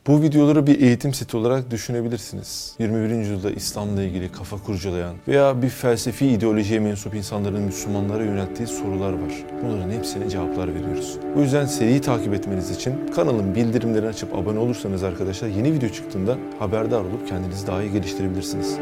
Bu videoları bir eğitim seti olarak düşünebilirsiniz. 21. yüzyılda İslam'la ilgili kafa kurcalayan veya bir felsefi ideolojiye mensup insanların Müslümanlara yönelttiği sorular var. Bunların hepsine cevaplar veriyoruz. Bu yüzden seriyi takip etmeniz için kanalın bildirimlerini açıp abone olursanız arkadaşlar yeni video çıktığında haberdar olup kendinizi daha iyi geliştirebilirsiniz.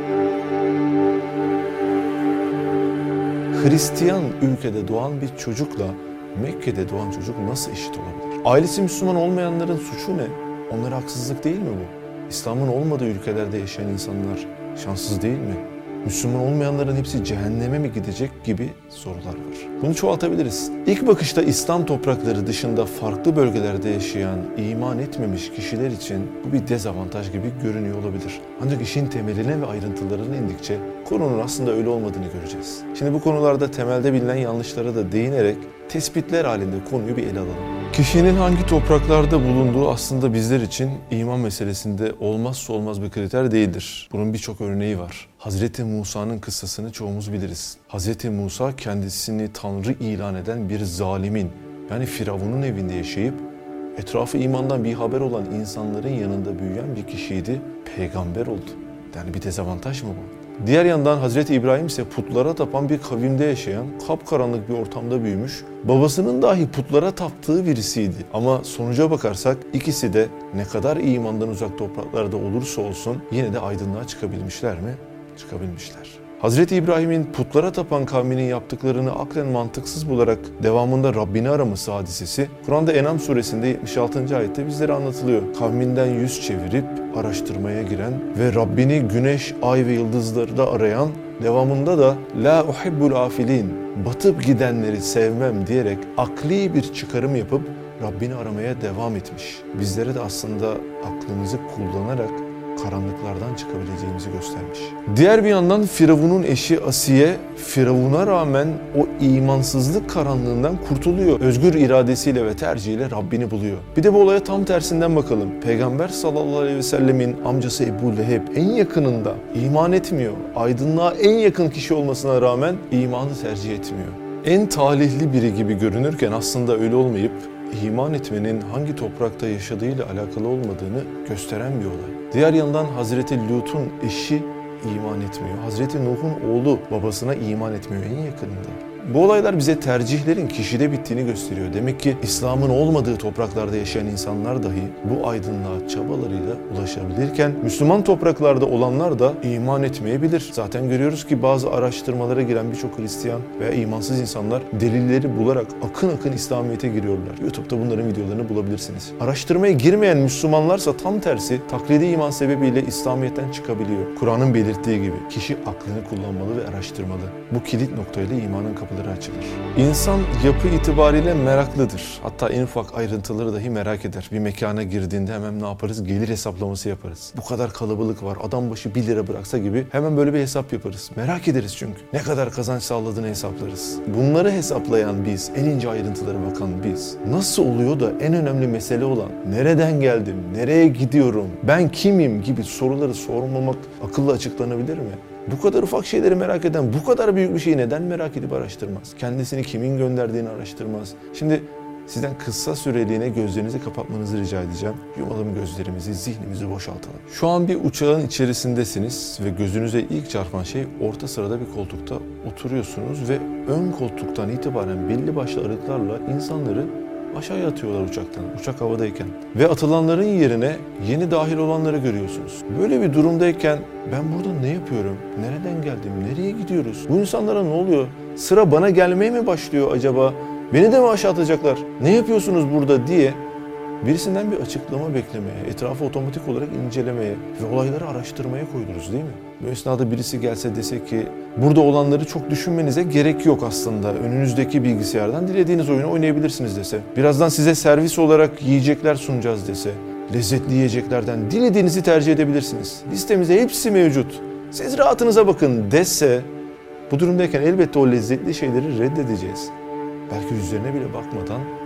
Hristiyan ülkede doğan bir çocukla Mekke'de doğan çocuk nasıl eşit olabilir? Ailesi Müslüman olmayanların suçu ne? Onlara haksızlık değil mi bu? İslam'ın olmadığı ülkelerde yaşayan insanlar şanssız değil mi? Müslüman olmayanların hepsi cehenneme mi gidecek gibi sorular var. Bunu çoğaltabiliriz. İlk bakışta İslam toprakları dışında farklı bölgelerde yaşayan, iman etmemiş kişiler için bu bir dezavantaj gibi görünüyor olabilir. Ancak işin temeline ve ayrıntılarına indikçe konunun aslında öyle olmadığını göreceğiz. Şimdi bu konularda temelde bilinen yanlışlara da değinerek tespitler halinde konuyu bir ele alalım. Kişinin hangi topraklarda bulunduğu aslında bizler için iman meselesinde olmazsa olmaz bir kriter değildir. Bunun birçok örneği var. Hazreti Musa'nın kıssasını çoğumuz biliriz. Hazreti Musa kendisini Tanrı ilan eden bir zalimin, yani Firavun'un evinde yaşayıp etrafı imandan bir haber olan insanların yanında büyüyen bir kişiydi. Peygamber oldu. Yani bir dezavantaj mı bu? Diğer yandan Hazreti İbrahim ise putlara tapan bir kavimde yaşayan, kapkaranlık bir ortamda büyümüş, babasının dahi putlara taptığı birisiydi. Ama sonuca bakarsak ikisi de ne kadar imandan uzak topraklarda olursa olsun yine de aydınlığa çıkabilmişler mi? Çıkabilmişler. Hazreti İbrahim'in putlara tapan kavminin yaptıklarını aklen mantıksız bularak devamında Rabbini araması hadisesi Kur'an'da En'am suresinde 76. ayette bizlere anlatılıyor. Kavminden yüz çevirip araştırmaya giren ve Rabbini güneş, ay ve yıldızları da arayan, devamında da la uhibbul afilin, batıp gidenleri sevmem diyerek akli bir çıkarım yapıp Rabbini aramaya devam etmiş. Bizlere de aslında aklımızı kullanarak karanlıklardan çıkabileceğimizi göstermiş. Diğer bir yandan Firavun'un eşi Asiye, Firavun'a rağmen o imansızlık karanlığından kurtuluyor. Özgür iradesiyle ve tercihiyle Rabbini buluyor. Bir de bu olaya tam tersinden bakalım. Peygamber sallallahu aleyhi ve sellemin amcası Ebu Leheb en yakınında iman etmiyor. Aydınlığa en yakın kişi olmasına rağmen imanı tercih etmiyor. En talihli biri gibi görünürken aslında öyle olmayıp iman etmenin hangi toprakta yaşadığıyla alakalı olmadığını gösteren bir olay. Diğer yandan Hazreti Lut'un eşi iman etmiyor. Hazreti Nuh'un oğlu babasına iman etmiyor en yakınında. Bu olaylar bize tercihlerin kişide bittiğini gösteriyor. Demek ki İslam'ın olmadığı topraklarda yaşayan insanlar dahi bu aydınlığa çabalarıyla ulaşabilirken Müslüman topraklarda olanlar da iman etmeyebilir. Zaten görüyoruz ki bazı araştırmalara giren birçok Hristiyan veya imansız insanlar delilleri bularak akın akın İslamiyet'e giriyorlar. YouTube'da bunların videolarını bulabilirsiniz. Araştırmaya girmeyen Müslümanlarsa tam tersi taklidi iman sebebiyle İslamiyet'ten çıkabiliyor. Kur'an'ın belirttiği gibi kişi aklını kullanmalı ve araştırmalı. Bu kilit noktayla imanın kapıları açılır. İnsan yapı itibariyle meraklıdır. Hatta en ufak ayrıntıları dahi merak eder. Bir mekana girdiğinde hemen ne yaparız? Gelir hesaplaması yaparız. Bu kadar kalabalık var. Adam başı 1 lira bıraksa gibi hemen böyle bir hesap yaparız. Merak ederiz çünkü. Ne kadar kazanç sağladığını hesaplarız. Bunları hesaplayan biz, en ince ayrıntılara bakan biz, nasıl oluyor da en önemli mesele olan nereden geldim, nereye gidiyorum, ben kimim gibi soruları sormamak akılla açıklanabilir mi? Bu kadar ufak şeyleri merak eden, bu kadar büyük bir şeyi neden merak edip araştırmaz? Kendisini kimin gönderdiğini araştırmaz. Şimdi sizden kısa süreliğine gözlerinizi kapatmanızı rica edeceğim. Yumalım gözlerimizi, zihnimizi boşaltalım. Şu an bir uçağın içerisindesiniz ve gözünüze ilk çarpan şey orta sırada bir koltukta oturuyorsunuz ve ön koltuktan itibaren belli başlı aralıklarla insanları aşağıya atıyorlar uçaktan, uçak havadayken. Ve atılanların yerine yeni dahil olanları görüyorsunuz. Böyle bir durumdayken ben burada ne yapıyorum? Nereden geldim? Nereye gidiyoruz? Bu insanlara ne oluyor? Sıra bana gelmeye mi başlıyor acaba? Beni de mi aşağı atacaklar? Ne yapıyorsunuz burada diye birisinden bir açıklama beklemeye, etrafı otomatik olarak incelemeye ve olayları araştırmaya koyuluruz değil mi? Bu esnada birisi gelse dese ki burada olanları çok düşünmenize gerek yok aslında. Önünüzdeki bilgisayardan dilediğiniz oyunu oynayabilirsiniz dese. Birazdan size servis olarak yiyecekler sunacağız dese. Lezzetli yiyeceklerden dilediğinizi tercih edebilirsiniz. Listemizde hepsi mevcut. Siz rahatınıza bakın dese bu durumdayken elbette o lezzetli şeyleri reddedeceğiz. Belki yüzlerine bile bakmadan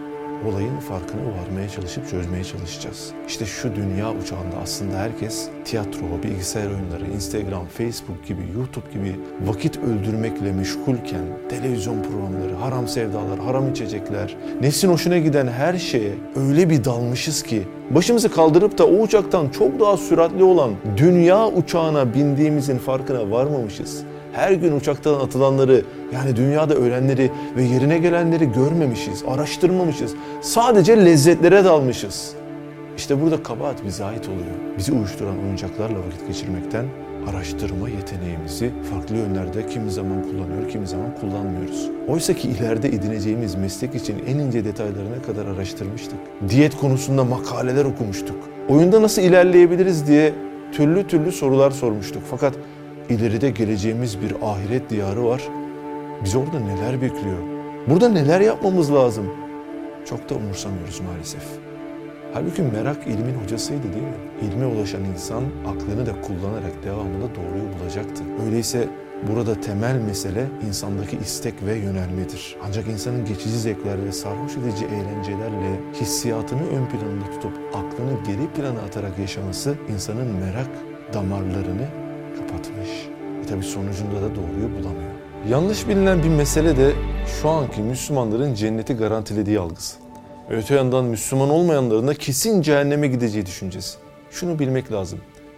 olayın farkına varmaya çalışıp çözmeye çalışacağız. İşte şu dünya uçağında aslında herkes tiyatro, bilgisayar oyunları, Instagram, Facebook gibi, YouTube gibi vakit öldürmekle meşgulken televizyon programları, haram sevdalar, haram içecekler, nefsin hoşuna giden her şeye öyle bir dalmışız ki başımızı kaldırıp da o uçaktan çok daha süratli olan dünya uçağına bindiğimizin farkına varmamışız. Her gün uçaktan atılanları, yani dünyada ölenleri ve yerine gelenleri görmemişiz, araştırmamışız. Sadece lezzetlere dalmışız. İşte burada kabahat bize ait oluyor. Bizi uyuşturan oyuncaklarla vakit geçirmekten araştırma yeteneğimizi farklı yönlerde kimi zaman kullanıyor, kimi zaman kullanmıyoruz. Oysa ki ileride edineceğimiz meslek için en ince detaylarına kadar araştırmıştık. Diyet konusunda makaleler okumuştuk. Oyunda nasıl ilerleyebiliriz diye türlü sorular sormuştuk. Fakat ileride geleceğimiz bir ahiret diyarı var. Bizi orada neler bekliyor? Burada neler yapmamız lazım? Çok da umursamıyoruz maalesef. Halbuki merak ilmin hocasıydı değil mi? İlme ulaşan insan aklını da kullanarak devamında doğruyu bulacaktı. Öyleyse burada temel mesele insandaki istek ve yönelmedir. Ancak insanın geçici zevkler ve sarhoş edici eğlencelerle hissiyatını ön planında tutup aklını geri plana atarak yaşaması insanın merak damarlarını kapatmış. Tabii sonucunda da doğruyu bulamıyor. Yanlış bilinen bir mesele de şu anki Müslümanların cenneti garantilediği algısı. Öte yandan Müslüman olmayanların da kesin cehenneme gideceği düşüncesi. Şunu bilmek lazım.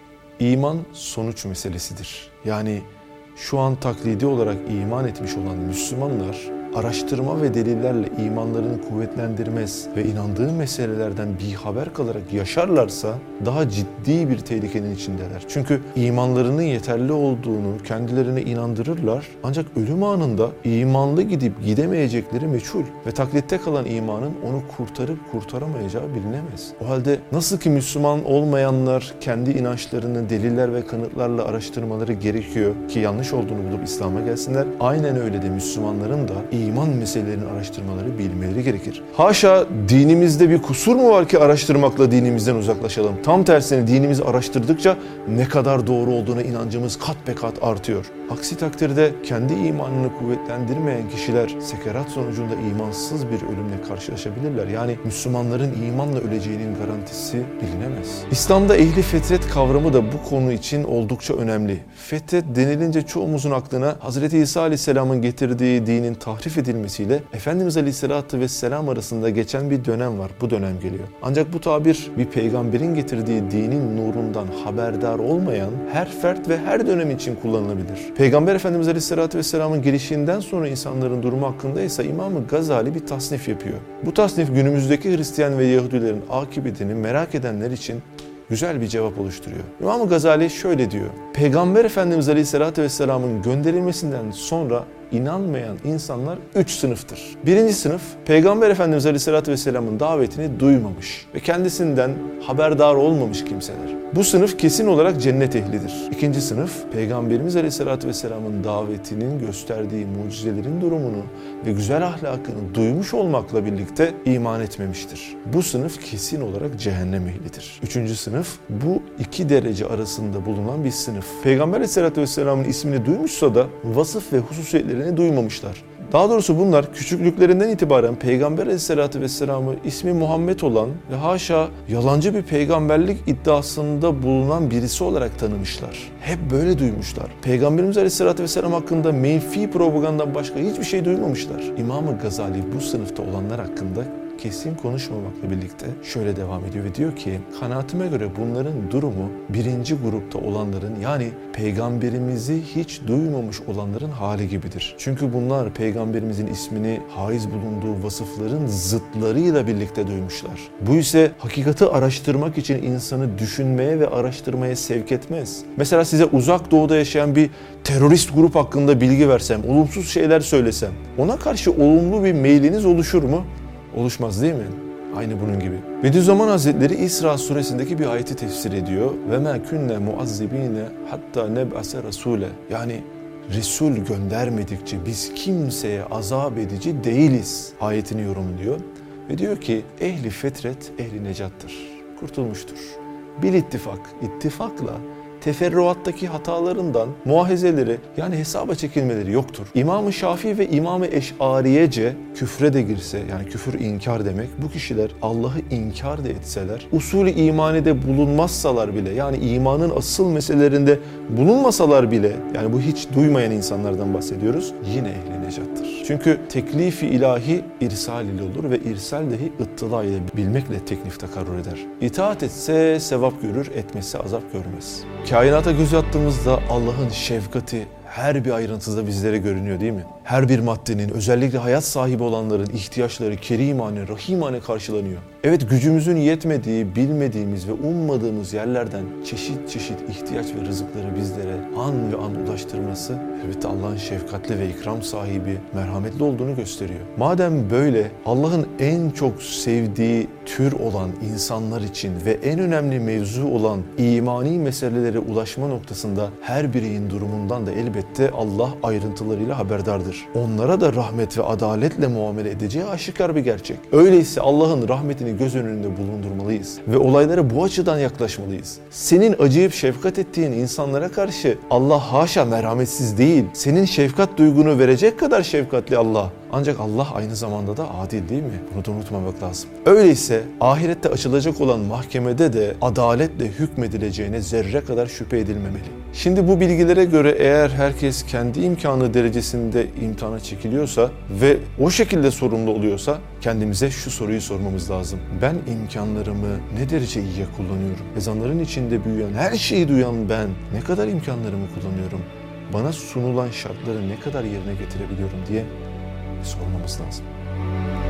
İman sonuç meselesidir. Yani şu an taklidi olarak iman etmiş olan Müslümanlar araştırma ve delillerle imanlarını kuvvetlendirmez ve inandığı meselelerden haber kalarak yaşarlarsa daha ciddi bir tehlikenin içindeler. Çünkü imanlarının yeterli olduğunu kendilerine inandırırlar ancak ölüm anında imanlı gidip gidemeyecekleri meçhul ve taklitte kalan imanın onu kurtarıp kurtaramayacağı bilinemez. O halde nasıl ki Müslüman olmayanlar kendi inançlarını deliller ve kanıtlarla araştırmaları gerekiyor ki yanlış olduğunu bulup İslam'a gelsinler, aynen öyle de Müslümanların da iman meselelerinin araştırmaları bilmeleri gerekir. Haşa dinimizde bir kusur mu var ki araştırmakla dinimizden uzaklaşalım? Tam tersine dinimizi araştırdıkça ne kadar doğru olduğuna inancımız kat be kat artıyor. Aksi takdirde kendi imanını kuvvetlendirmeyen kişiler sekerat sonucunda imansız bir ölümle karşılaşabilirler. Yani Müslümanların imanla öleceğinin garantisi bilinemez. İslam'da ehli fetret kavramı da bu konu için oldukça önemli. Fetret denilince çoğumuzun aklına Hz. İsa Aleyhisselam'ın getirdiği dinin tahrif edilmesiyle Efendimiz Aleyhisselatü Vesselam arasında geçen bir dönem var. Bu dönem geliyor. Ancak bu tabir bir peygamberin getirdiği dinin nurundan haberdar olmayan her fert ve her dönem için kullanılabilir. Peygamber Efendimiz Aleyhisselatü Vesselam'ın gelişinden sonra insanların durumu hakkında ise İmam-ı Gazali bir tasnif yapıyor. Bu tasnif günümüzdeki Hristiyan ve Yahudilerin akıbetini merak edenler için güzel bir cevap oluşturuyor. İmam-ı Gazali şöyle diyor. Peygamber Efendimiz Aleyhisselatü Vesselam'ın gönderilmesinden sonra inanmayan insanlar 3 sınıftır. Birinci sınıf, Peygamber Efendimiz Aleyhisselatü Vesselam'ın davetini duymamış ve kendisinden haberdar olmamış kimseler. Bu sınıf kesin olarak cennet ehlidir. İkinci sınıf, Peygamberimiz Aleyhisselatü Vesselam'ın davetinin gösterdiği mucizelerin durumunu ve güzel ahlakını duymuş olmakla birlikte iman etmemiştir. Bu sınıf kesin olarak cehennem ehlidir. Üçüncü sınıf, bu iki derece arasında bulunan bir sınıf. Peygamber Aleyhisselatü Vesselam'ın ismini duymuşsa da vasıf ve hususiyetlerini duymamışlar. Daha doğrusu bunlar küçüklüklerinden itibaren Peygamber Aleyhisselatü Vesselam'ı ismi Muhammed olan ve haşa yalancı bir peygamberlik iddiasında bulunan birisi olarak tanımışlar. Hep böyle duymuşlar. Peygamberimiz Aleyhisselatü Vesselam hakkında menfi propagandadan başka hiçbir şey duymamışlar. İmam-ı Gazali bu sınıfta olanlar hakkında kesin konuşmamakla birlikte şöyle devam ediyor ve diyor ki kanaatime göre bunların durumu birinci grupta olanların yani peygamberimizi hiç duymamış olanların hali gibidir. Çünkü bunlar peygamberimizin ismini haiz bulunduğu vasıfların zıtlarıyla birlikte duymuşlar. Bu ise hakikati araştırmak için insanı düşünmeye ve araştırmaya sevk etmez. Mesela size uzak doğuda yaşayan bir terörist grup hakkında bilgi versem, olumsuz şeyler söylesem ona karşı olumlu bir meyliniz oluşur mu? Oluşmaz değil mi? Aynı bunun gibi. Bediüzzaman Hazretleri İsra suresindeki bir ayeti tefsir ediyor. Ve ma kunne muazzibine hatta neb'ase rasule. Yani Resul göndermedikçe biz kimseye azap edici değiliz ayetini yorumluyor. Ve diyor ki ehli fetret ehli necattır. Kurtulmuştur. Bil ittifakla teferruattaki hatalarından muahezeleri yani hesaba çekilmeleri yoktur. İmam-ı Şafii ve İmam-ı Eş'ariyece küfre de girse yani küfür inkar demek bu kişiler Allah'ı inkar da etseler usulü imanide bulunmazsalar bile yani imanın asıl meselelerinde bulunmasalar bile yani bu hiç duymayan insanlardan bahsediyoruz yine ehli necattır. Çünkü teklifi ilahi irsal ile olur ve irsal dahi ıttıla ile bilmekle teklif tekarrür eder. İtaat etse sevap görür, etmezse azap görmez. Kainata göz attığımızda Allah'ın şefkati her bir ayrıntıda bizlere görünüyor değil mi? Her bir maddenin, özellikle hayat sahibi olanların ihtiyaçları kerimane, rahimane karşılanıyor. Evet gücümüzün yetmediği, bilmediğimiz ve ummadığımız yerlerden çeşit çeşit ihtiyaç ve rızıkları bizlere an ve an ulaştırması elbette Allah'ın şefkatli ve ikram sahibi, merhametli olduğunu gösteriyor. Madem böyle Allah'ın en çok sevdiği tür olan insanlar için ve en önemli mevzu olan imani meselelere ulaşma noktasında her bireyin durumundan da elbette Allah ayrıntılarıyla haberdardır. Onlara da rahmet ve adaletle muamele edeceği aşikar bir gerçek. Öyleyse Allah'ın rahmetini göz önünde bulundurmalıyız ve olaylara bu açıdan yaklaşmalıyız. Senin acıyıp şefkat ettiğin insanlara karşı Allah haşa merhametsiz değil, senin şefkat duygunu verecek kadar şefkatli Allah. Ancak Allah aynı zamanda da adil değil mi? Bunu da unutmamak lazım. Öyleyse ahirette açılacak olan mahkemede de adaletle hükmedileceğine zerre kadar şüphe edilmemeli. Şimdi bu bilgilere göre eğer herkes kendi imkanı derecesinde imtihana çekiliyorsa ve o şekilde sorumlu oluyorsa kendimize şu soruyu sormamız lazım. Ben imkanlarımı ne derece iyiye kullanıyorum? Ezanların içinde büyüyen, her şeyi duyan ben ne kadar imkanlarımı kullanıyorum? Bana sunulan şartları ne kadar yerine getirebiliyorum diye sormamız lazım.